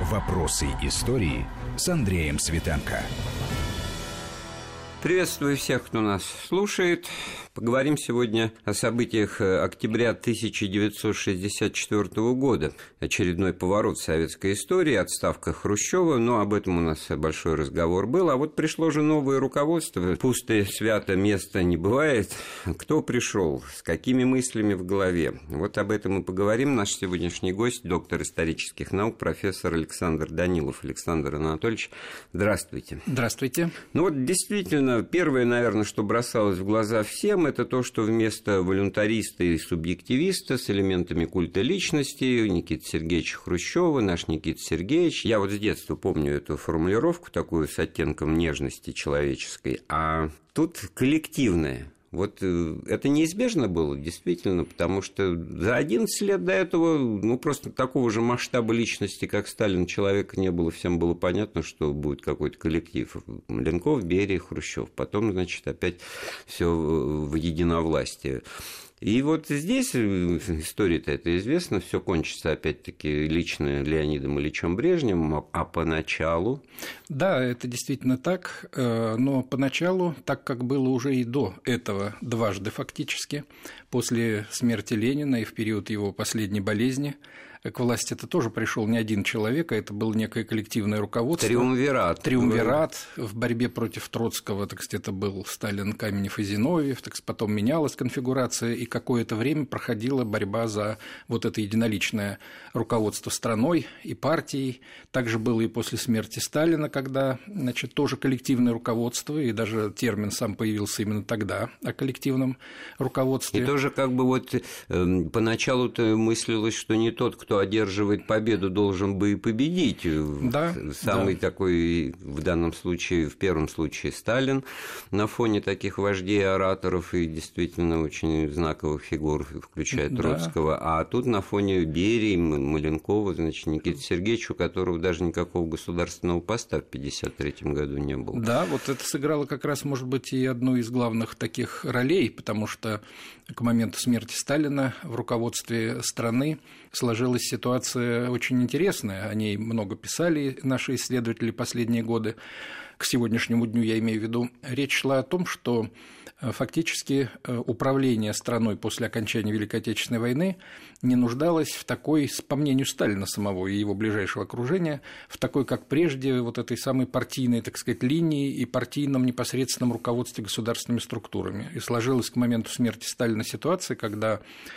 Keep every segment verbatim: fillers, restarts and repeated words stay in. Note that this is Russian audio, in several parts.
Вопросы истории с Андреем Светенко. Приветствую всех, кто нас слушает. Поговорим сегодня о событиях октября тысяча девятьсот шестьдесят четвёртого года. Очередной поворот в советской истории, отставка Хрущева, но об этом у нас большой разговор был. А вот пришло же новое руководство. Пусто и свято места не бывает. Кто пришел, с какими мыслями в голове? Вот об этом мы поговорим. Наш сегодняшний гость, доктор исторических наук, профессор Александр Данилов. Александр Анатольевич, здравствуйте. Здравствуйте. Ну вот действительно, первое, наверное, что бросалось в глаза всем, это то, что вместо волюнтариста и субъективиста с элементами культа личности Никиты Сергеевича Хрущева, наш Никита Сергеевич, я вот с детства помню эту формулировку такую с оттенком нежности человеческой, а тут коллективное. Вот это неизбежно было, действительно, потому что за одиннадцать лет до этого, ну, просто такого же масштаба личности, как Сталин, человека не было, всем было понятно, что будет какой-то коллектив. Маленков, Берия, Хрущев. Потом, значит, опять все в единовластие. И вот здесь история-то это известна, все кончится опять-таки лично Леонидом Ильичем Брежневым, а поначалу... Да, это действительно так, но поначалу, так как было уже и до этого дважды фактически, после смерти Ленина и в период его последней болезни, к власти это тоже пришел не один человек, а это было некое коллективное руководство. Триумвират. Триумвират в борьбе против Троцкого, так сказать, это был Сталин, Каменев и Зиновьев, так сказать, потом менялась конфигурация, и какое-то время проходила борьба за вот это единоличное руководство страной и партией. Также было и после смерти Сталина, когда, значит, тоже коллективное руководство, и даже термин сам появился именно тогда о коллективном руководстве. И тоже как бы вот э, поначалу-то мыслилось, что не тот, кто одерживает победу, должен бы и победить. Да, Самый да. такой, в данном случае, в первом случае, Сталин на фоне таких вождей, ораторов и действительно очень знаковых фигур, включая Троцкого. Да. А тут на фоне Берии, Маленкова, значит, Никиты Сергеевича, у которого даже никакого государственного поста в пятьдесят третьем году не было. Да, вот это сыграло как раз, может быть, и одну из главных таких ролей, потому что к моменту смерти Сталина в руководстве страны сложилась ситуация очень интересная, о ней много писали наши исследователи последние годы. К сегодняшнему дню я имею в виду, речь шла о том, что фактически управление страной после окончания Великой Отечественной войны не нуждалось в такой, по мнению Сталина самого и его ближайшего окружения, в такой, как прежде, вот этой самой партийной, так сказать, линии и партийном непосредственном руководстве государственными структурами. И сложилась к моменту смерти Сталина ситуация, когда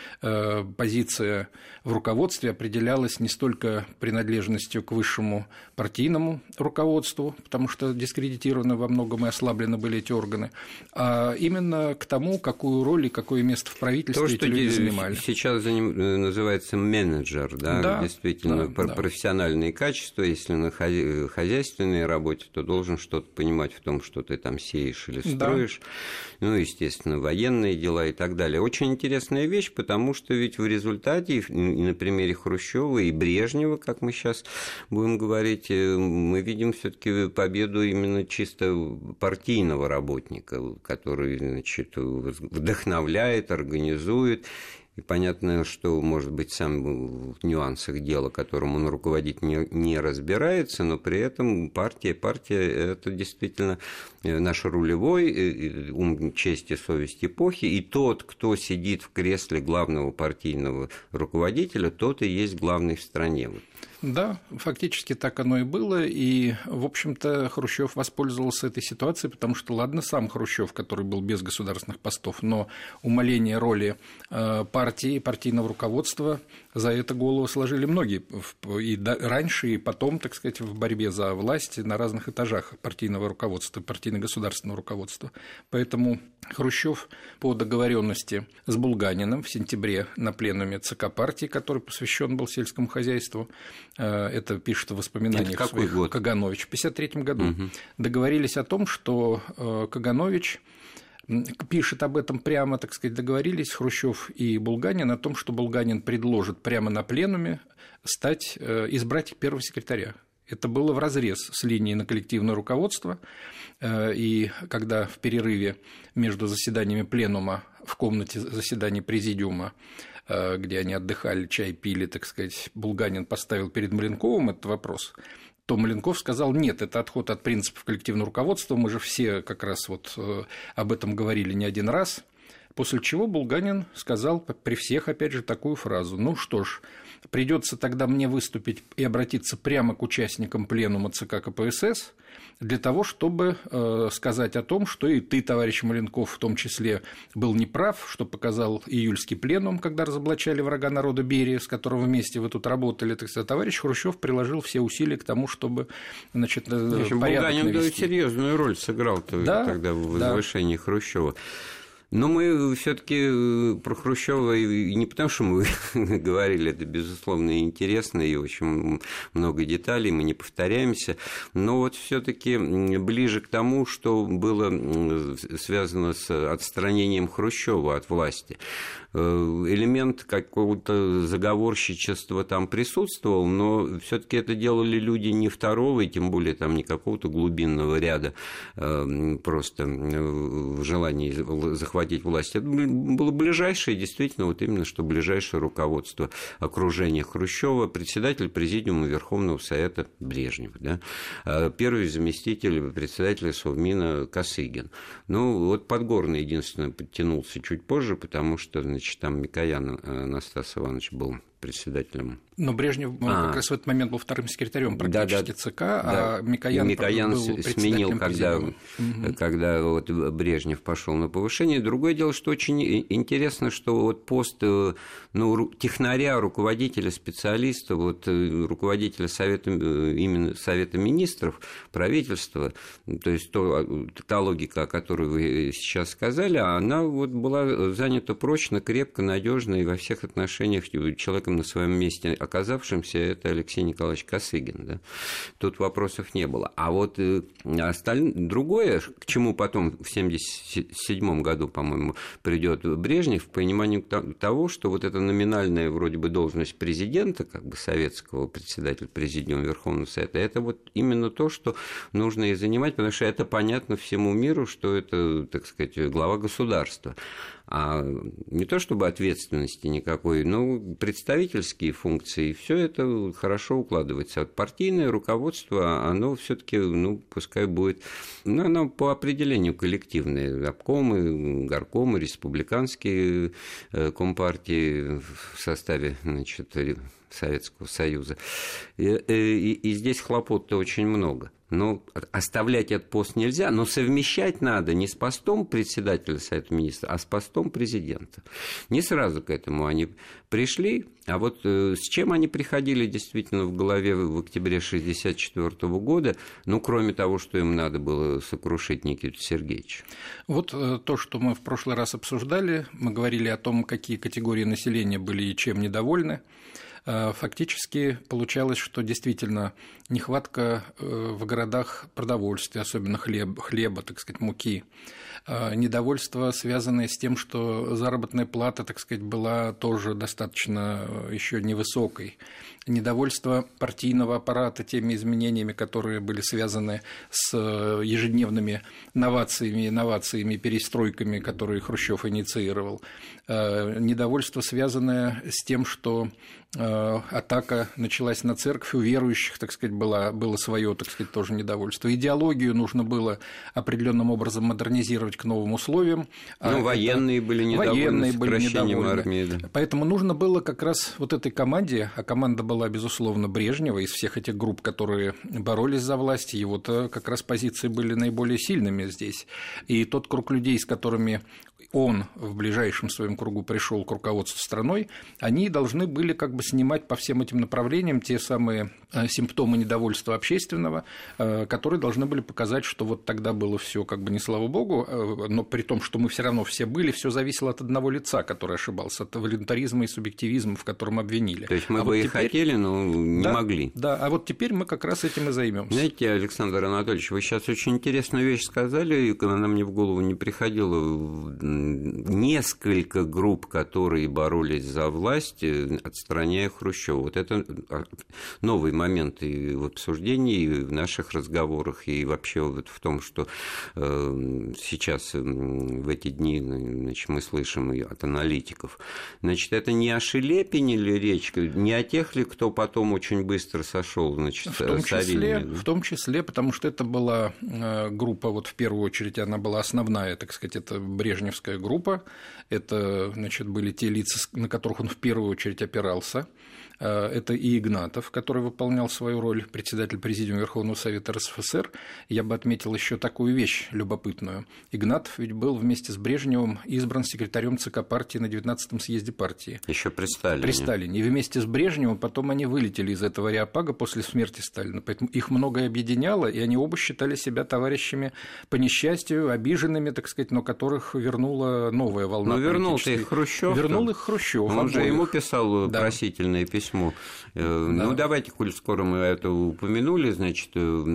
э, позиция в руководстве определялась не столько принадлежностью к высшему партийному руководству, потому что дискредитированы во многом и ослаблены были эти органы, а именно именно к тому, какую роль и какое место в правительстве То, эти люди занимали. Сейчас за ним называется менеджер, да, да действительно, да, да. профессиональные качества. Если на хозяйственной работе, то должен что-то понимать в том, что ты там сеешь или строишь. Да. Ну, естественно, военные дела и так далее. Очень интересная вещь, потому что ведь в результате, и на примере Хрущева и Брежнева, как мы сейчас будем говорить, мы видим все-таки победу именно чисто партийного работника, который, значит, вдохновляет, организует. И понятно, что, может быть, сам в нюансах дела, которым он руководит, не, не разбирается, но при этом партия, партия – это действительно наш рулевой, ум, честь и совесть эпохи, и тот, кто сидит в кресле главного партийного руководителя, тот и есть главный в стране. Да, фактически так оно и было, и, в общем-то, Хрущев воспользовался этой ситуацией, потому что, ладно, сам Хрущев, который был без государственных постов, но умаление роли партии, партийного руководства, за это голову сложили многие, и раньше, и потом, так сказать, в борьбе за власть на разных этажах партийного руководства, партийно-государственного руководства. Поэтому Хрущев по договоренности с Булганиным в сентябре на пленуме ЦК партии, который посвящен был сельскому хозяйству, это пишет в воспоминаниях это какой своих год? Каганович, в пятьдесят третьем году, угу. договорились о том, что Каганович пишет об этом прямо, так сказать, договорились Хрущев и Булганин о том, что Булганин предложит прямо на пленуме стать, избрать первого секретаря. Это было вразрез с линией на коллективное руководство, и когда в перерыве между заседаниями пленума в комнате заседаний президиума где они отдыхали, чай пили, так сказать, Булганин поставил перед Маленковым этот вопрос, то Маленков сказал: нет, это отход от принципов коллективного руководства, мы же все как раз вот об этом говорили не один раз. После чего Булганин сказал при всех, опять же, такую фразу: ну что ж, придется тогда мне выступить и обратиться прямо к участникам пленума ЦК КПСС для того, чтобы э, сказать о том, что и ты, товарищ Маленков, в том числе был неправ, что показал июльский пленум, когда разоблачали врага народа Берия, с которым вместе вы тут работали. Так сказать, товарищ Хрущев приложил все усилия к тому, чтобы, значит, порядок Булганин навести. Серьезную роль сыграл да, тогда в возвышении да. Хрущева. Но мы все-таки про Хрущева, и не потому, что мы говорили, это, безусловно, интересно, и очень много деталей, мы не повторяемся, но вот все-таки ближе к тому, что было связано с отстранением Хрущева от власти. Элемент какого-то заговорщичества там присутствовал, но все-таки это делали люди не второго, и тем более там не какого-то глубинного ряда просто в желании захватить власть. Это было ближайшее, действительно, вот именно что ближайшее руководство окружения Хрущева, председатель президиума Верховного Совета Брежнев, да? Первый заместитель председателя Совмина Косыгин. Ну, вот Подгорный, единственное, подтянулся чуть позже, потому что, значит, там Микоян Анастас Иванович был председателем. Но Брежнев а. как раз в этот момент был вторым секретарем практически да, да, ЦК, да. а Микоян, Микоян был сменил, когда, угу. когда вот Брежнев пошел на повышение. Другое дело, что очень интересно, что вот пост ну, технаря, руководителя, специалиста, вот, руководителя Совета, именно Совета министров, правительства, то есть то, та логика, о которой вы сейчас сказали, она вот была занята прочно, крепко, надежно и во всех отношениях человеком на своем месте оказавшимся, это Алексей Николаевич Косыгин. Да? Тут вопросов не было. А вот остальное, другое, к чему потом в семьдесят седьмом году, по-моему, придет Брежнев, в понимании того, что вот эта номинальная вроде бы должность президента, как бы советского председателя президиума Верховного Совета, это вот именно то, что нужно и занимать, потому что это понятно всему миру, что это, так сказать, глава государства. А не то чтобы ответственности никакой, но представительские функции, все это хорошо укладывается. А партийное руководство, оно все-таки, ну, пускай будет, ну, оно по определению коллективное. Обкомы, горкомы, республиканские компартии в составе, значит, Советского Союза. И, и, и здесь хлопот-то очень много. Ну, оставлять этот пост нельзя, но совмещать надо не с постом председателя Совета Министров, а с постом президента. Не сразу к этому они пришли, а вот э, с чем они приходили действительно в голове в октябре шестьдесят четвёртого года, ну, кроме того, что им надо было сокрушить Никиту Сергеевича. Вот э, то, что мы в прошлый раз обсуждали, мы говорили о том, какие категории населения были и чем недовольны. Фактически получалось, что действительно нехватка в городах продовольствия, особенно хлеб, хлеба, так сказать, муки, недовольство, связанное с тем, что заработная плата, так сказать, была тоже достаточно еще невысокой, недовольство партийного аппарата теми изменениями, которые были связаны с ежедневными новациями, инновациями, перестройками, которые Хрущев инициировал, недовольство, связанное с тем, что атака началась на церковь, у верующих, так сказать, было, было свое, так сказать, тоже недовольство. Идеологию нужно было определенным образом модернизировать к новым условиям. Ну, а военные это... были недовольны военные сокращением были недовольны. армии. Да. Поэтому нужно было как раз вот этой команде, а команда была, безусловно, Брежнева, из всех этих групп, которые боролись за власть, его-то как раз позиции были наиболее сильными здесь. И тот круг людей, с которыми он в ближайшем своем кругу пришел к руководству страной, они должны были как бы снимать по всем этим направлениям те самые симптомы недовольства общественного, которые должны были показать, что вот тогда было все как бы не слава богу, но при том, что мы все равно все были, все зависело от одного лица, который ошибался, от волюнтаризма и субъективизма, в котором обвинили. То есть мы а бы вот и теперь... хотели, но не да, могли. Да, а вот теперь мы как раз этим и займемся. Знаете, Александр Анатольевич, вы сейчас очень интересную вещь сказали, и она мне в голову не приходила несколько групп, которые боролись за власть, отстраняя Хрущева. Вот это новый момент и в обсуждении, и в наших разговорах, и вообще вот в том, что сейчас в эти дни, значит, мы слышим и от аналитиков. Значит, это не о Шелепине ли речь, не о тех ли, кто потом очень быстро сошел, значит, в том числе, в том числе, потому что это была группа, вот в первую очередь она была основная, так сказать, это брежневская группа, это, значит, были те лица, на которых он в первую очередь опирался. Это и Игнатов, который выполнял свою роль, председатель Президиума Верховного Совета РСФСР. Я бы отметил еще такую вещь любопытную. Игнатов ведь был вместе с Брежневым избран секретарем ЦК партии на девятнадцатом съезде партии. Еще при Сталине. При Сталине. И вместе с Брежневым потом они вылетели из этого ареопага после смерти Сталина. Поэтому их многое объединяло, и они оба считали себя товарищами по несчастью, обиженными, так сказать, но которых вернула новая волна. Но вернул-то их Хрущев. Вернул их Хрущев. Он же ему писал да. просительное письмо. Да. Ну, давайте, коль скоро мы это упомянули, значит,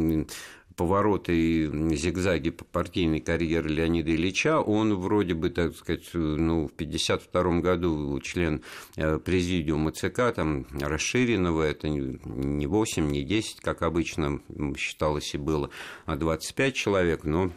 повороты и зигзаги по партийной карьере Леонида Ильича, он вроде бы, так сказать, ну, в пятьдесят втором году член президиума ЦК, там, расширенного, это не восемь, не десять, как обычно считалось и было, а двадцать пять человек, но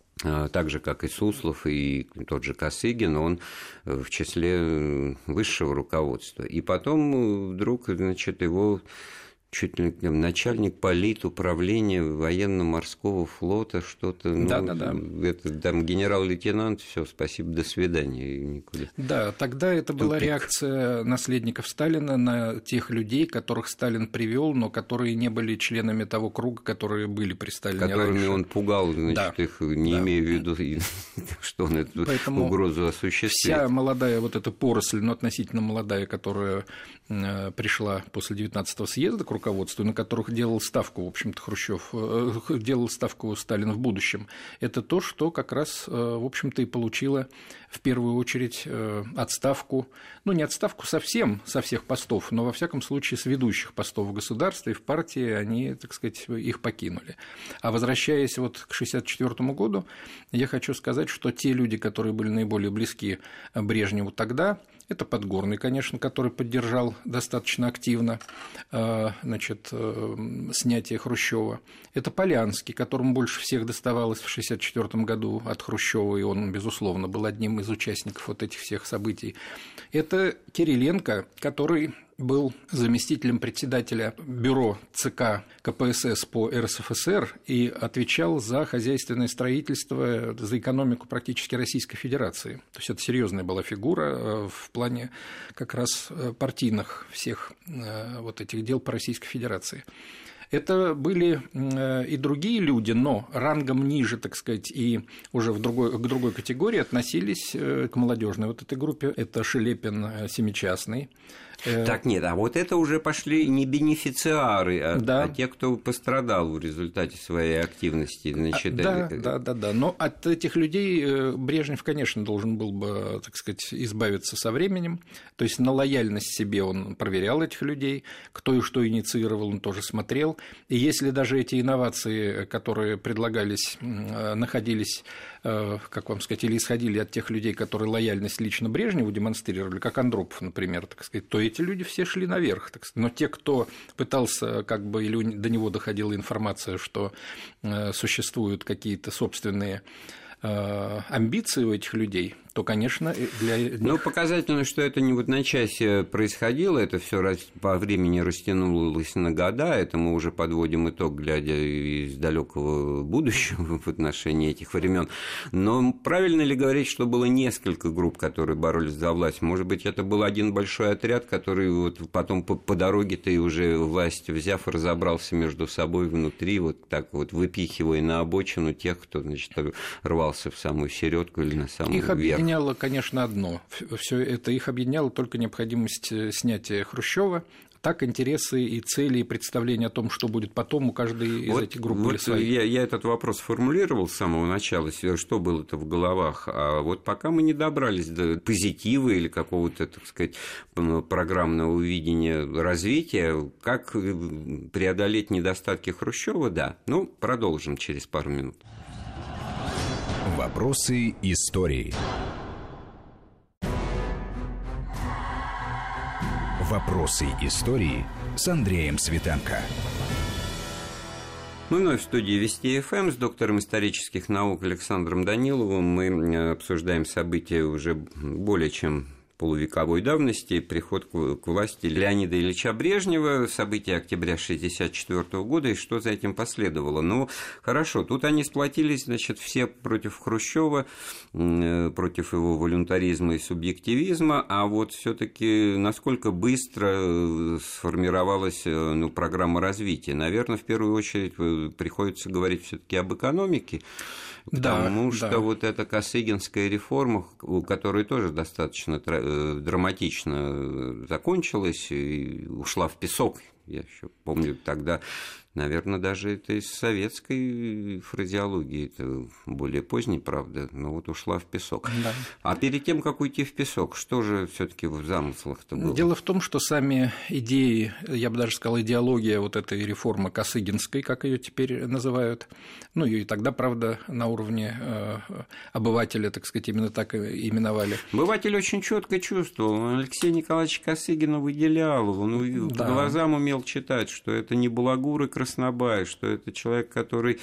так же, как и Суслов, и тот же Косыгин, он в числе высшего руководства. И потом вдруг, значит, его чуть ли не начальник политуправления военно-морского флота, что-то, ну, да, да, да. Это, там, генерал-лейтенант, все, спасибо, до свидания, и никуда. Да, тогда это Тупик. Была реакция наследников Сталина на тех людей, которых Сталин привел, но которые не были членами того круга, которые были при Сталине которыми раньше. Он пугал, значит, да. их, не да. имея в виду, что он эту Поэтому угрозу осуществит. Вся молодая вот эта поросль, но относительно молодая, которая пришла после девятнадцатого съезда к руководству, на которых делал ставку, в общем-то, Хрущев, делал ставку Сталин в будущем, это то, что как раз, в общем-то, и получило в первую очередь отставку, ну, не отставку совсем со всех постов, но, во всяком случае, с ведущих постов в государстве и в партии они, так сказать, их покинули. А возвращаясь вот к шестьдесят четвёртому году, я хочу сказать, что те люди, которые были наиболее близки Брежневу тогда, это Подгорный, конечно, который поддержал достаточно активно, значит, снятие Хрущева. Это Полянский, которому больше всех доставалось в шестьдесят четвёртом году от Хрущева, и он, безусловно, был одним из участников вот этих всех событий. Это Кириленко, который был заместителем председателя бюро ЦК КПСС по РСФСР и отвечал за хозяйственное строительство, за экономику практически Российской Федерации. То есть это серьезная была фигура в плане как раз партийных всех вот этих дел по Российской Федерации. Это были и другие люди, но рангом ниже, так сказать, и уже в другой, к другой категории относились к молодежной вот этой группе. Это Шелепин Семичастный. Так нет, а вот это уже пошли не бенефициары, а, да. а те, кто пострадал в результате своей активности. Значит, да, это... да, да, да. Но от этих людей Брежнев, конечно, должен был бы, так сказать, избавиться со временем. То есть на лояльность себе он проверял этих людей, кто и что инициировал, он тоже смотрел. И если даже эти инновации, которые предлагались, находились, как вам сказать, или исходили от тех людей, которые лояльность лично Брежневу демонстрировали, как Андропов, например, так сказать, то эти люди все шли наверх. Так сказать. Но те, кто пытался, как бы, или до него доходила информация, что существуют какие-то собственные амбиции у этих людей, то, конечно, для них... Ну, показательно, что это не в одночасье происходило, это все по времени растянулось на года, это мы уже подводим итог, глядя из далекого будущего в отношении этих времен. Но правильно ли говорить, что было несколько групп, которые боролись за власть? Может быть, это был один большой отряд, который вот потом по, по дороге-то и уже власть взяв, разобрался между собой внутри, вот так вот выпихивая на обочину тех, кто, значит, рвался в самую середку или на самую их верх. Объединяло, конечно, одно. Все это их объединяло только необходимость снятия Хрущева. Так интересы и цели, и представления о том, что будет потом, у каждой из вот, этих групп вот были свои. Я, я этот вопрос формулировал с самого начала, что было-то в головах. А вот пока мы не добрались до позитива или какого-то, так сказать, программного видения развития, как преодолеть недостатки Хрущева, да. Ну, продолжим через пару минут. Вопросы истории. Вопросы истории с Андреем Светенко. Мы вновь в студии Вести эф эм с доктором исторических наук Александром Даниловым. Мы обсуждаем события уже более чем полувековой давности, приход к власти Леонида Ильича Брежнева, события октября тысяча девятьсот шестьдесят четвёртого года и что за этим последовало. Ну, хорошо, тут они сплотились, значит, все против Хрущева, против его волюнтаризма и субъективизма, а вот все-таки насколько быстро сформировалась, ну, программа развития? Наверное, в первую очередь приходится говорить все-таки об экономике. Потому да, что да. вот эта Косыгинская реформа, которая тоже достаточно драматично закончилась и ушла в песок, я еще помню тогда, наверное, даже это из советской фразеологии, это более поздней, правда, но вот ушла в песок. Да. А перед тем, как уйти в песок, что же все-таки в замыслах-то было? Дело в том, что сами идеи, я бы даже сказал, идеология вот этой реформы Косыгинской, как ее теперь называют, ну и тогда, правда, на уровне э, обывателя, так сказать, именно так и именовали. Обыватель очень четко чувствовал, Алексей Николаевич Косыгина выделял его, он да. по глазам умел читать, что это не балагур и Краснобай, что это человек, который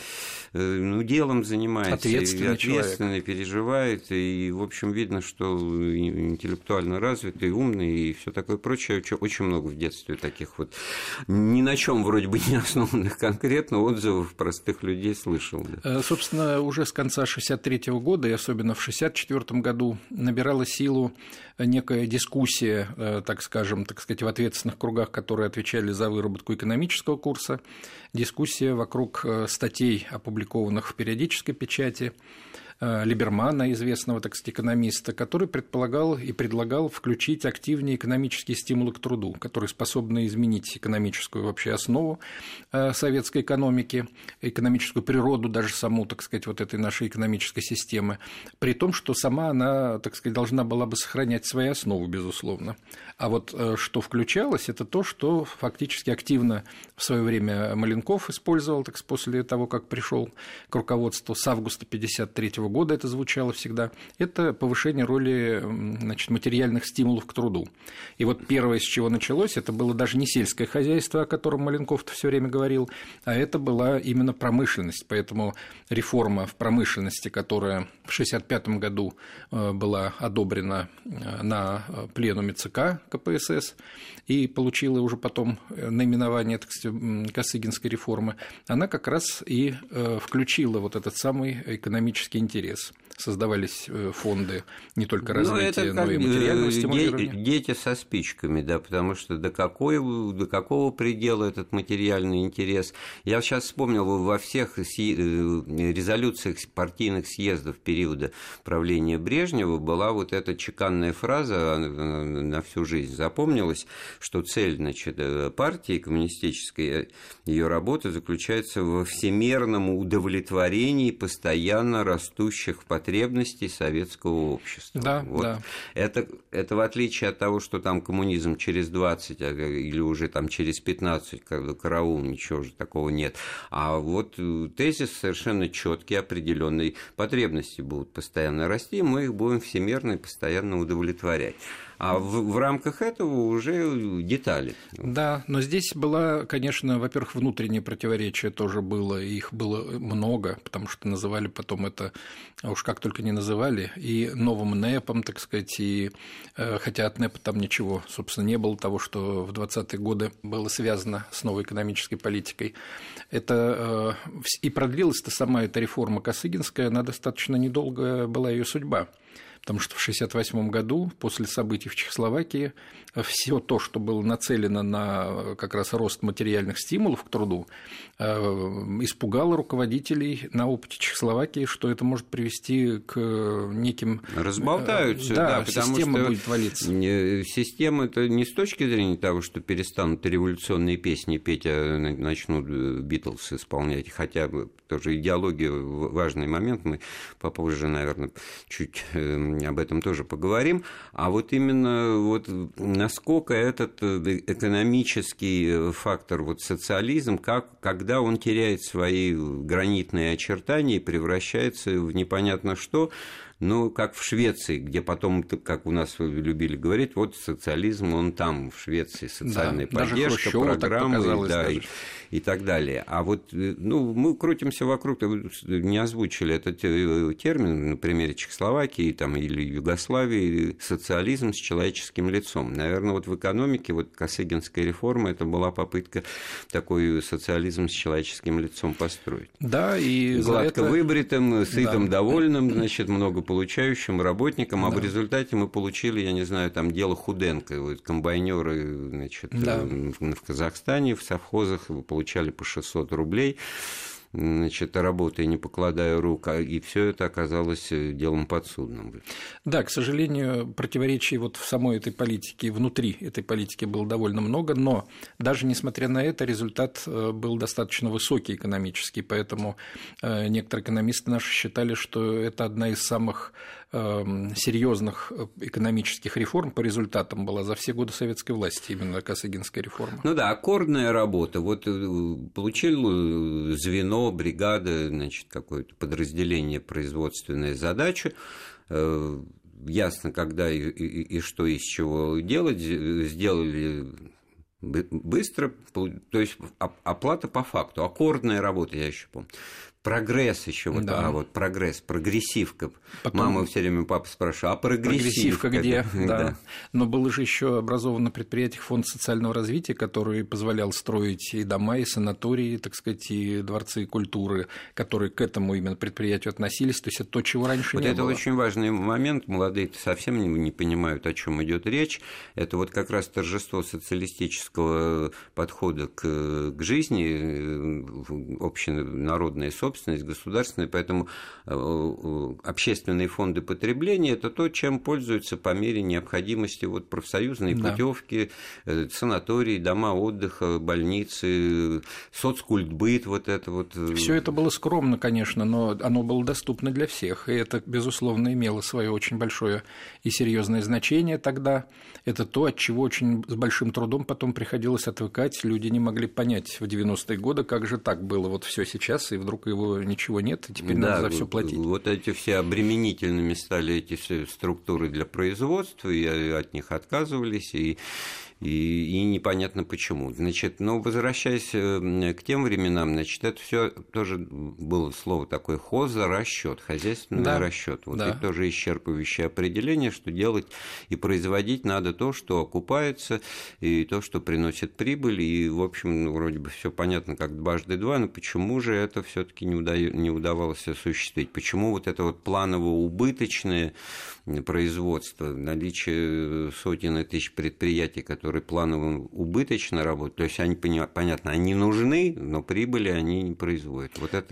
ну, делом занимается, ответственный, ответственный переживает, и, в общем, видно, что интеллектуально развитый, умный и все такое прочее. Очень много в детстве таких вот ни на чем вроде бы не основанных конкретно отзывов простых людей слышал. Да. Собственно, уже с конца шестьдесят третьего года, и особенно в шестьдесят четвёртом году, набирала силу некая дискуссия, так скажем, так сказать, в ответственных кругах, которые отвечали за выработку экономического курса, дискуссия вокруг статей, опубликованных в периодической печати, Либермана, известного, так сказать, экономиста, который предполагал и предлагал включить активнее экономические стимулы к труду, которые способны изменить экономическую вообще основу советской экономики, экономическую природу, даже саму, так сказать, вот этой нашей экономической системы, при том, что сама она, так сказать, должна была бы сохранять свою основу, безусловно. А вот что включалось, это то, что фактически активно в свое время Маленков использовал, так сказать, после того, как пришел к руководству с августа тысяча девятьсот пятьдесят третьего года, это звучало всегда, это повышение роли, значит, материальных стимулов к труду. И вот первое, с чего началось, это было даже не сельское хозяйство, о котором Маленков-то все время говорил, а это была именно промышленность. Поэтому реформа в промышленности, которая в шестьдесят пятом году была одобрена на пленуме ЦК ка пэ эс эс и получила уже потом наименование, так сказать, Косыгинской реформы, она как раз и включила вот этот самый экономический интерес. Создавались фонды не только развития, но, но и материального стимулирования. Дети со спичками, да, потому что до, какой, до какого предела этот материальный интерес. Я сейчас вспомнил, во всех резолюциях партийных съездов периода правления Брежнева была вот эта чеканная фраза, на всю жизнь запомнилась, что цель, значит, партии коммунистической, ее работа заключается во всемерном удовлетворении постоянно растущих потребностей потребностей советского общества. Да, вот. да. Это, это в отличие от того, что там коммунизм через двадцать или уже там через пятнадцать, когда караул, ничего же такого нет. А вот тезис совершенно четкий, определенный. Потребности будут постоянно расти, мы их будем всемерно и постоянно удовлетворять. А в, в рамках этого уже детали. Да, но здесь была, конечно, во-первых, внутреннее противоречие тоже было, их было много, потому что называли потом это, уж как только не называли, и новым НЭПом, так сказать, и хотя от НЭПа там ничего, собственно, не было того, что в двадцатые годы было связано с новой экономической политикой. Это и продлилась-то сама эта реформа Косыгинская, она достаточно недолго была ее судьба. Потому что в шестьдесят восьмом году, после событий в Чехословакии, все то, что было нацелено на как раз рост материальных стимулов к труду, испугало руководителей на опыте Чехословакии, что это может привести к неким... Разболтаются, да, да, потому система что будет валиться. Система это не с точки зрения того, что перестанут революционные песни петь, а начнут Битлз исполнять, хотя тоже идеология важный момент, мы попозже, наверное, чуть об этом тоже поговорим, а вот именно вот насколько этот экономический фактор, вот социализм, как, когда он теряет свои гранитные очертания и превращается в непонятно что, Ну, как в Швеции, где потом, как у нас любили говорить, вот социализм, он там, в Швеции, социальная да, поддержка, программы, да, и, и так далее. А вот, ну, мы крутимся вокруг, не озвучили этот термин на примере Чехословакии там, или Югославии, социализм с человеческим лицом. Наверное, вот в экономике вот Косыгинская реформа, это была попытка такой социализм с человеческим лицом построить. Да, и гладко это... выбритым, сытым, да. довольным, значит, многополучающим работникам, а да. в результате мы получили, я не знаю, там дело Худенко, вот, комбайнеры, значит, да. в Казахстане, в совхозах получали по шестьсот рублей, значит, работая, не покладая рук, и все это оказалось делом подсудным. Да, к сожалению, противоречий вот в самой этой политике, внутри этой политики было довольно много, но даже несмотря на это, результат был достаточно высокий экономический, поэтому некоторые экономисты наши считали, что это одна из самых серьезных экономических реформ по результатам была за все годы советской власти, именно Косыгинская реформа. Ну да, аккордная работа. Вот получил звено, бригада, значит, какое-то подразделение производственное задачу. Ясно, когда и, и, и что из чего делать, сделали быстро, то есть оплата по факту, аккордная работа, я еще помню. Прогресс еще, вот, да. а вот прогресс, прогрессивка. Потом... Мама все время папа спрашивала, а прогрессивка, прогрессивка где? Да. да. Но был же еще образован на предприятиях фонд социального развития, который позволял строить и дома, и санатории, так сказать, и дворцы культуры, которые к этому именно предприятию относились. То есть это то, чего раньше вот не это было. Это очень важный момент. Молодые совсем не понимают, о чем идет речь. Это вот как раз торжество социалистического подхода к, к жизни, общенародная собственность, собственность государственная, поэтому общественные фонды потребления – это то, чем пользуются по мере необходимости вот профсоюзные да. путевки, санатории, дома отдыха, больницы, соцкультбыт, вот это вот. Все это было скромно, конечно, но оно было доступно для всех, и это, безусловно, имело свое очень большое и серьезное значение тогда. Это то, от чего очень с большим трудом потом приходилось отвыкать. Люди не могли понять в девяностые годы, как же так было вот все сейчас, и вдруг его ничего нет, и теперь да, надо за все платить. Вот эти все обременительными стали эти все структуры для производства, и от них отказывались, и И, и непонятно почему. Значит, но возвращаясь к тем временам, значит, это все тоже было слово такое хозрасчет, хозяйственный да, расчет. Вот да. это тоже исчерпывающее определение, что делать и производить надо то, что окупается, и то, что приносит прибыль. И, в общем, ну, вроде бы все понятно, как дважды два, но почему же это все-таки не, уда... не удавалось осуществить? Почему вот это вот планово-убыточное производство, наличие сотен и тысяч предприятий, которые которые планово убыточно работают, то есть они, понятно, они нужны, но прибыли они не производят. Вот это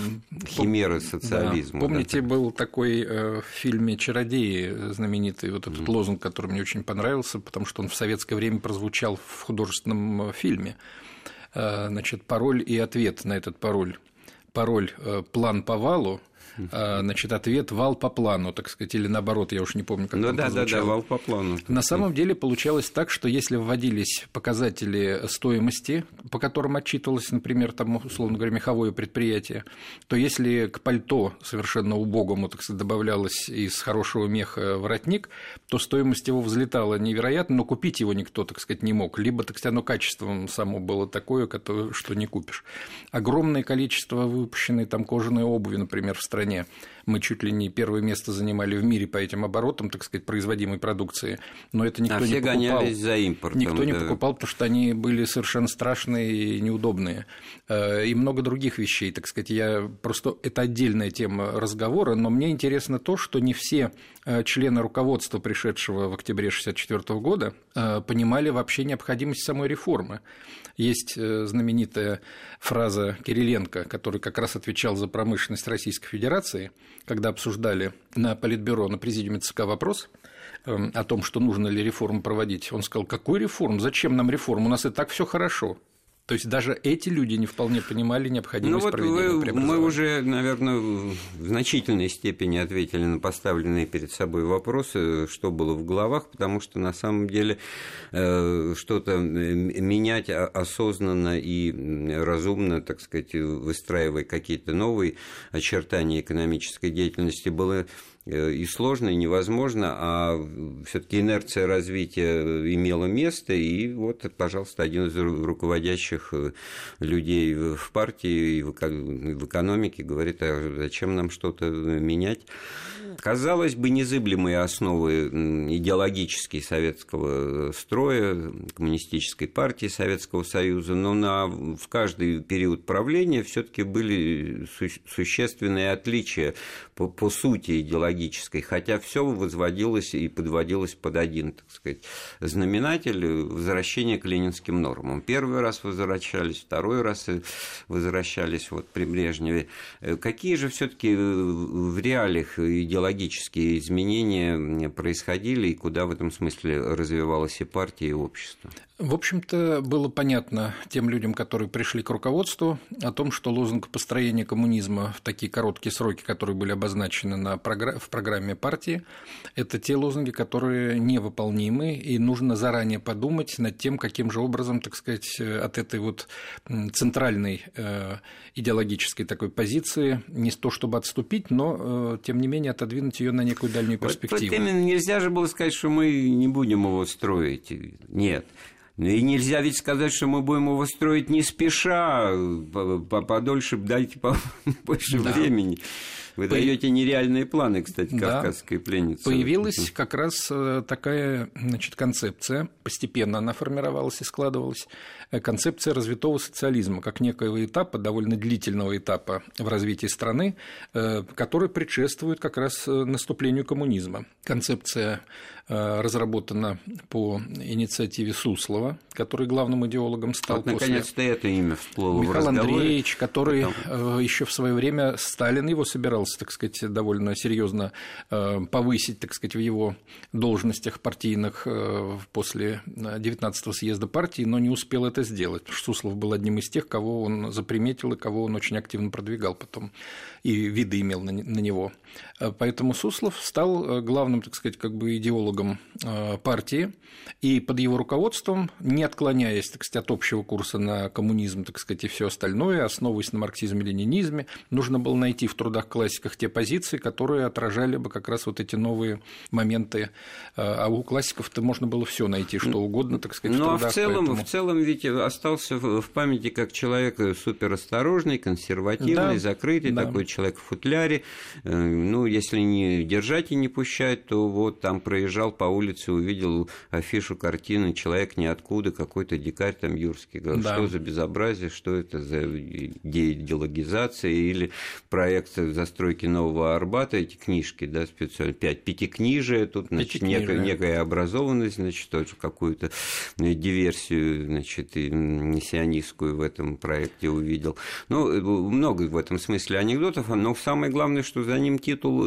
химера социализма. Да. Помните, да? Был такой в фильме «Чародеи» знаменитый вот этот mm. лозунг, который мне очень понравился, потому что он в советское время прозвучал в художественном фильме. Значит, пароль и ответ на этот пароль. Пароль «План по валу», значит, ответ «вал по плану», так сказать, или наоборот, я уж не помню, как ну, там да, прозвучало. Да, да, «вал по плану». На самом деле получалось так, что если вводились показатели стоимости, по которым отчитывалось, например, там, условно говоря, меховое предприятие, то если к пальто совершенно убогому, так сказать, добавлялось из хорошего меха воротник, то стоимость его взлетала невероятно, но купить его никто, так сказать, не мог. Либо, так сказать, оно качеством само было такое, что не купишь. Огромное количество выпущенной там кожаной обуви, например, в стране. Мы чуть ли не первое место занимали в мире по этим оборотам, так сказать, производимой продукции, но это никто а не все покупал. Гонялись за импортом. Никто да. не покупал, потому что они были совершенно страшные и неудобные. И много других вещей, так сказать. Я просто... Это отдельная тема разговора, но мне интересно то, что не все члены руководства, пришедшего в октябре шестьдесят четвёртого года, понимали вообще необходимость самой реформы. Есть знаменитая фраза Кириленко, который как раз отвечал за промышленность Российской Федерации, когда обсуждали на Политбюро, на президиуме ЦК вопрос о том, что нужно ли реформу проводить. Он сказал: какую реформу? Зачем нам реформа? У нас и так все хорошо. То есть даже эти люди не вполне понимали необходимость ну, вот проведения вы, преобразования. Мы уже, наверное, в значительной степени ответили на поставленные перед собой вопросы, что было в головах, потому что на самом деле что-то менять осознанно и разумно, так сказать, выстраивая какие-то новые очертания экономической деятельности, было и сложно, и невозможно, а все-таки инерция развития имела место, и вот, пожалуйста, один из руководящих людей в партии и в экономике говорит, а зачем нам что-то менять? Казалось бы, незыблемые основы идеологические советского строя, коммунистической партии Советского Союза, но на, в каждый период правления все-таки были су- существенные отличия по, по сути идеологической, хотя все возводилось и подводилось под один, так сказать, знаменатель возвращения к ленинским нормам. Первый раз возвращались, второй раз возвращались вот, при Брежневе. Какие же все-таки в реалиях идеологические идеологические изменения происходили, и куда в этом смысле развивалась и партия, и общество? В общем-то, было понятно тем людям, которые пришли к руководству, о том, что лозунг построения коммунизма в такие короткие сроки, которые были обозначены на програ... в программе партии, это те лозунги, которые невыполнимы, и нужно заранее подумать над тем, каким же образом, так сказать, от этой вот центральной идеологической такой позиции не то чтобы отступить, но, тем не менее, отодвинуть ее на некую дальнюю перспективу. Вот, вот именно нельзя же было сказать, что мы не будем его строить. Нет. И нельзя ведь сказать, что мы будем его строить не спеша, подольше, дайте побольше да. времени. Вы По... даете нереальные планы, кстати, «Кавказской да. пленницы». Появилась как раз такая, значит, концепция, постепенно она формировалась и складывалась, концепция развитого социализма, как некоего этапа, довольно длительного этапа в развитии страны, который предшествует как раз наступлению коммунизма. Концепция разработана по инициативе Суслова, который главным идеологом стал вот, после... наконец-то это имя всплыло Михаил в разговоре. Андреевич, который Потом... еще в свое время Сталин его собирался, так сказать, довольно серьезно повысить, так сказать, в его должностях партийных после девятнадцатого съезда партии, но не успел это сделать. Суслов был одним из тех, кого он заприметил и кого он очень активно продвигал потом, и виды имел на него. Поэтому Суслов стал главным, так сказать, как бы идеологом партии, и под его руководством, не отклоняясь, так сказать, от общего курса на коммунизм, так сказать, и все остальное, основываясь на марксизме-ленинизме, нужно было найти в трудах-классиках те позиции, которые отражали бы как раз вот эти новые моменты. А у классиков-то можно было все найти, что угодно, так сказать, в трудах. Ну, а в целом, поэтому... в целом ведь остался в памяти как человек суперосторожный, консервативный, да, закрытый, да. такой человек в футляре. Ну, если не держать и не пущать, то вот там проезжал по улице, увидел афишу картины «Человек ниоткуда», какой-то дикарь там юрский. Говорил, да. что за безобразие, что это за деидеологизация или проект застройки Нового Арбата, эти книжки, да, специально, пять, пятикнижие, тут, значит, некая, некая образованность, значит, тоже какую-то диверсию, значит, сионистскую в этом проекте увидел. Ну, много в этом смысле анекдотов, но самое главное, что за ним титул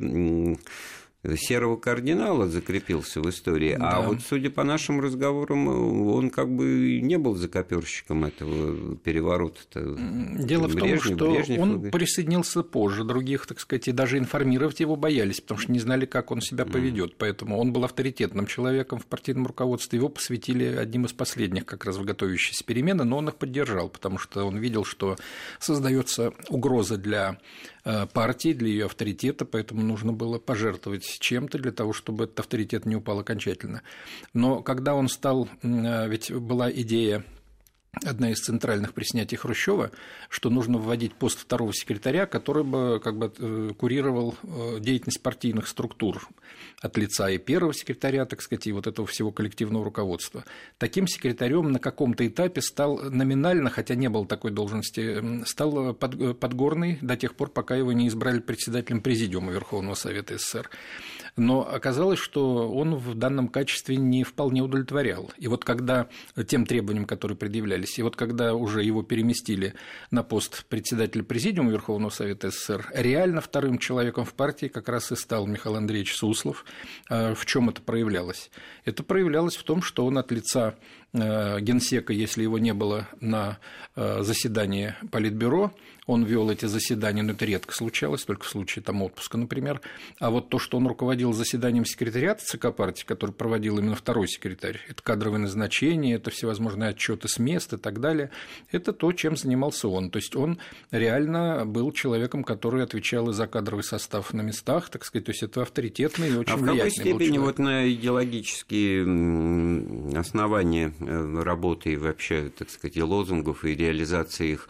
и серого кардинала закрепился в истории, да. а вот, судя по нашим разговорам, он как бы не был закоперщиком этого переворота. Дело Брежнев, в том, что Брежнев, он Брежнев. присоединился позже других, так сказать, и даже информировать его боялись, потому что не знали, как он себя поведет. Mm. Поэтому он был авторитетным человеком в партийном руководстве, его посвятили одним из последних как раз в готовящиеся перемены, но он их поддержал, потому что он видел, что создается угроза для партии, для ее авторитета, поэтому нужно было пожертвовать чем-то для того, чтобы этот авторитет не упал окончательно. Но когда он стал, ведь была идея, одна из центральных при снятии Хрущева, что нужно вводить пост второго секретаря, который бы как бы курировал деятельность партийных структур от лица и первого секретаря, так сказать, и вот этого всего коллективного руководства. Таким секретарем на каком-то этапе стал номинально, хотя не было такой должности, стал Подгорный до тех пор, пока его не избрали председателем Президиума Верховного Совета СССР. Но оказалось, что он в данном качестве не вполне удовлетворял. И вот когда тем требованиям, которые предъявлялись, и вот когда уже его переместили на пост председателя Президиума Верховного Совета СССР, реально вторым человеком в партии как раз и стал Михаил Андреевич Суслов. В чем это проявлялось? Это проявлялось в том, что он от лица генсека, если его не было на заседании Политбюро. Он вел эти заседания, но это редко случалось, только в случае там, отпуска, например. А вот то, что он руководил заседанием секретариата ЦК партии, который проводил именно второй секретарь, это кадровые назначения, это всевозможные отчеты с мест и так далее, это то, чем занимался он. То есть он реально был человеком, который отвечал и за кадровый состав на местах, так сказать, то есть это авторитетный и очень влиятельный был человек. А в какой степени вот на идеологические основания работы и вообще, так сказать, и лозунгов, и реализации их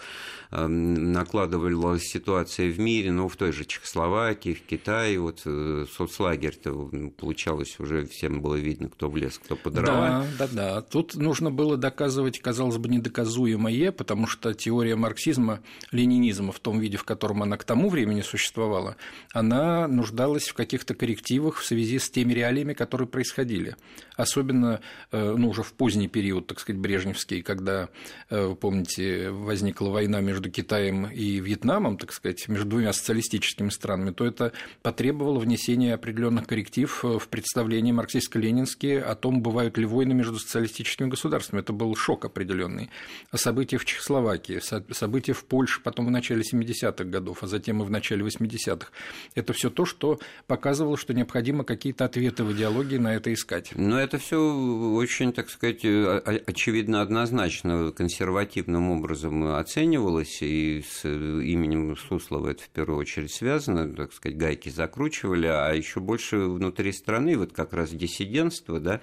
накладывалась ситуация в мире, ну, в той же Чехословакии, в Китае, вот соцлагерь-то получалось уже, всем было видно, кто в лес, кто по дрова. Да, да, да. Тут нужно было доказывать, казалось бы, недоказуемое, потому что теория марксизма, ленинизма в том виде, в котором она к тому времени существовала, она нуждалась в каких-то коррективах в связи с теми реалиями, которые происходили. Особенно, ну, уже в поздний период, так сказать, брежневский, когда, вы помните, возникла война между Китаем и Вьетнамом, так сказать, между двумя социалистическими странами, то это потребовало внесения определенных корректив в представления марксистско-ленинские о том, бывают ли войны между социалистическими государствами. Это был шок определенный. События в Чехословакии, события в Польше потом в начале семидесятых годов, а затем и в начале восьмидесятых. Это все то, что показывало, что необходимо какие-то ответы в идеологии на это искать. Но это все очень, так сказать, очевидно, однозначно консервативным образом оценивалось, и с именем Суслова это в первую очередь связано, так сказать, гайки закручивали, а еще больше внутри страны, вот как раз диссидентство, да,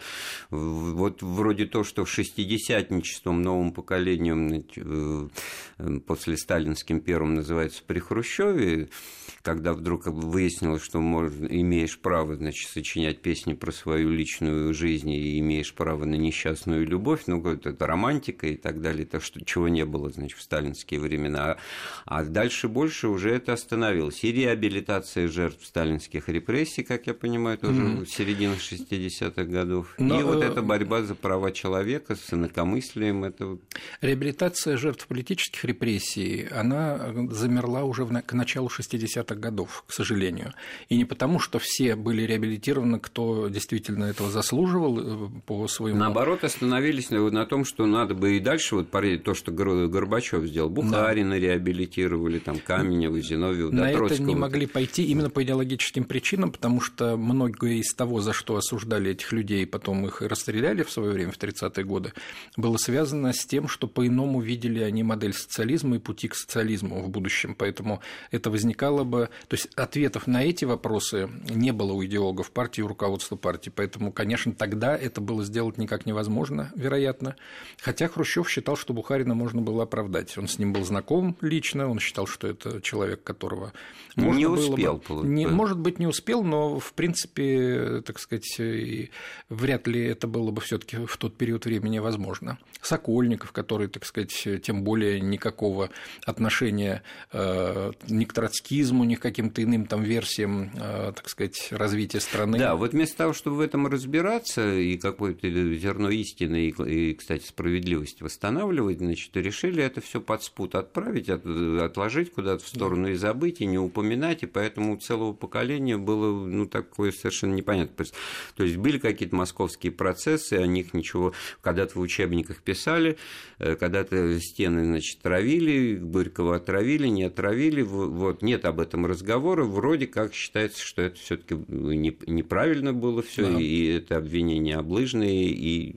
вот вроде то, что шестидесятничеством, новым поколением после сталинским первым называется при Хрущеве, когда вдруг выяснилось, что можно, имеешь право, значит, сочинять песни про свою личную жизнь и имеешь право на несчастную любовь, ну, это романтика и так далее, то, что, чего не было, значит, в сталинские времена. А дальше больше уже это остановилось. И реабилитация жертв сталинских репрессий, как я понимаю, тоже mm-hmm. в середине шестидесятых годов. Но... И вот эта борьба за права человека с инакомыслием. Это... Реабилитация жертв политических репрессий, она замерла уже к началу шестидесятых годов, к сожалению. И не потому, что все были реабилитированы, кто действительно этого заслуживал по своему... Наоборот, остановились на том, что надо бы и дальше, вот то, что Горбачев сделал, Бухарина да. реабилитировали, там, Каменева, Зиновьева, на да, Троцкого. это не могли пойти именно по идеологическим причинам, потому что многое из того, за что осуждали этих людей, потом их расстреляли в свое время, в тридцатые годы, было связано с тем, что по-иному видели они модель социализма и пути к социализму в будущем. Поэтому это возникало бы... То есть ответов на эти вопросы не было у идеологов партии, у руководства партии. Поэтому, конечно, тогда это было сделать никак невозможно, вероятно. Хотя Хрущев считал, что Бухарина можно было оправдать. Он с ним был знаком лично, он считал, что это человек, которого можно не было успел, бы... Не, может быть, не успел, но, в принципе, так сказать, вряд ли это было бы все-таки в тот период времени возможно. Сокольников, который, так сказать, тем более никакого отношения э, ни к троцкизму, ни к каким-то иным там версиям, э, так сказать, развития страны. Да, вот вместо того, чтобы в этом разбираться и какое-то зерно истины и, и, кстати, справедливости восстанавливать, значит, решили это все под спут отправить, от, отложить куда-то в сторону да. и забыть, и не упоминать, и поэтому у целого поколения было, ну, такое совершенно непонятно. То есть были какие-то московские процессы, о них ничего когда-то в учебниках писали, когда-то стены, значит, травили, Горького отравили, не отравили, вот, нет об этом разговора, вроде как считается, что это все-таки неправильно было все, да. и это обвинения облыжные и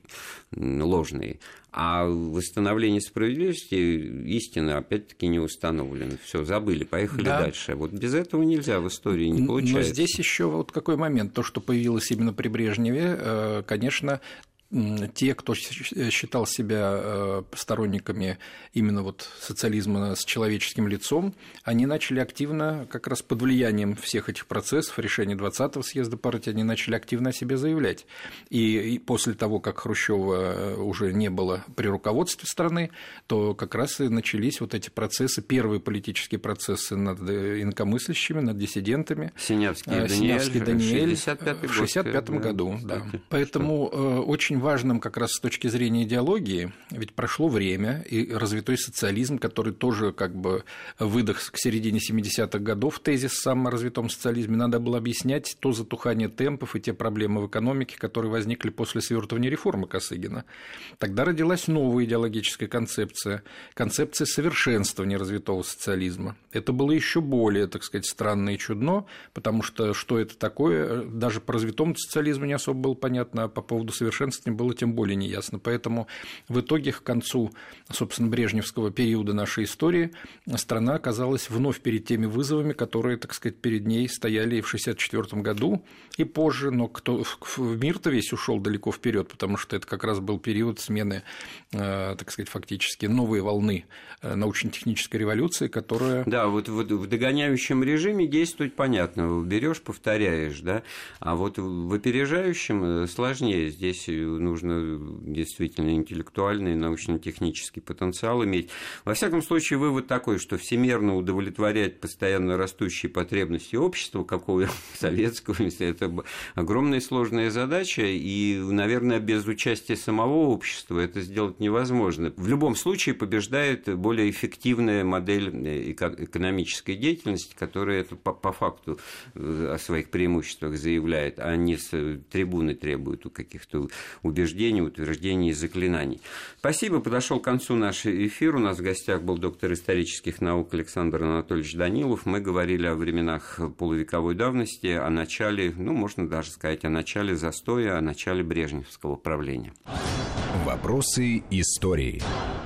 ложные. А восстановление справедливости, истины, опять-таки, не установлено. Все, забыли, поехали да. дальше. Вот без этого нельзя, в истории не получается. Но здесь еще вот какой момент. То, что появилось именно при Брежневе, конечно, те, кто считал себя сторонниками именно вот социализма с человеческим лицом, они начали активно, как раз под влиянием всех этих процессов, решений двадцатого съезда партии, они начали активно о себе заявлять. И после того, как Хрущева уже не было при руководстве страны, то как раз и начались вот эти процессы, первые политические процессы над инакомыслящими, над диссидентами. Синявский, Синявский Даниэль шестьдесят пятый год, в шестьдесят пятом году. Да. Поэтому что? Очень важным как раз с точки зрения идеологии, ведь прошло время, и развитой социализм, который тоже как бы выдох к середине семидесятых годов, тезис о самом развитом социализме, надо было объяснять то затухание темпов и те проблемы в экономике, которые возникли после свертывания реформы Косыгина. Тогда родилась новая идеологическая концепция, концепция совершенствования развитого социализма. Это было еще более, так сказать, странно и чудно, потому что что это такое, даже по развитому социализму не особо было понятно, а по поводу совершенствования было тем более неясно. Поэтому в итоге к концу, собственно, брежневского периода нашей истории страна оказалась вновь перед теми вызовами, которые, так сказать, перед ней стояли и в шестьдесят четвёртом году, и позже, но кто в мир-то весь ушел далеко вперед, потому что это как раз был период смены, так сказать, фактически новой волны научно-технической революции, которая… Да, вот в догоняющем режиме действовать понятно, берешь, повторяешь, да, а вот в опережающем сложнее, здесь нужно действительно интеллектуальный, научно-технический потенциал иметь. Во всяком случае, вывод такой, что всемерно удовлетворять постоянно растущие потребности общества, какого советского, это огромная сложная задача, и, наверное, без участия самого общества это сделать невозможно. В любом случае побеждает более эффективная модель экономической деятельности, которая это по, по факту о своих преимуществах заявляет, а не с трибуны требует у каких-то убеждений, утверждений и заклинаний. Спасибо. Подошел к концу наш эфир. У нас в гостях был доктор исторических наук Александр Анатольевич Данилов. Мы говорили о временах полувековой давности, о начале, ну, можно даже сказать, о начале застоя, о начале брежневского правления. Вопросы истории.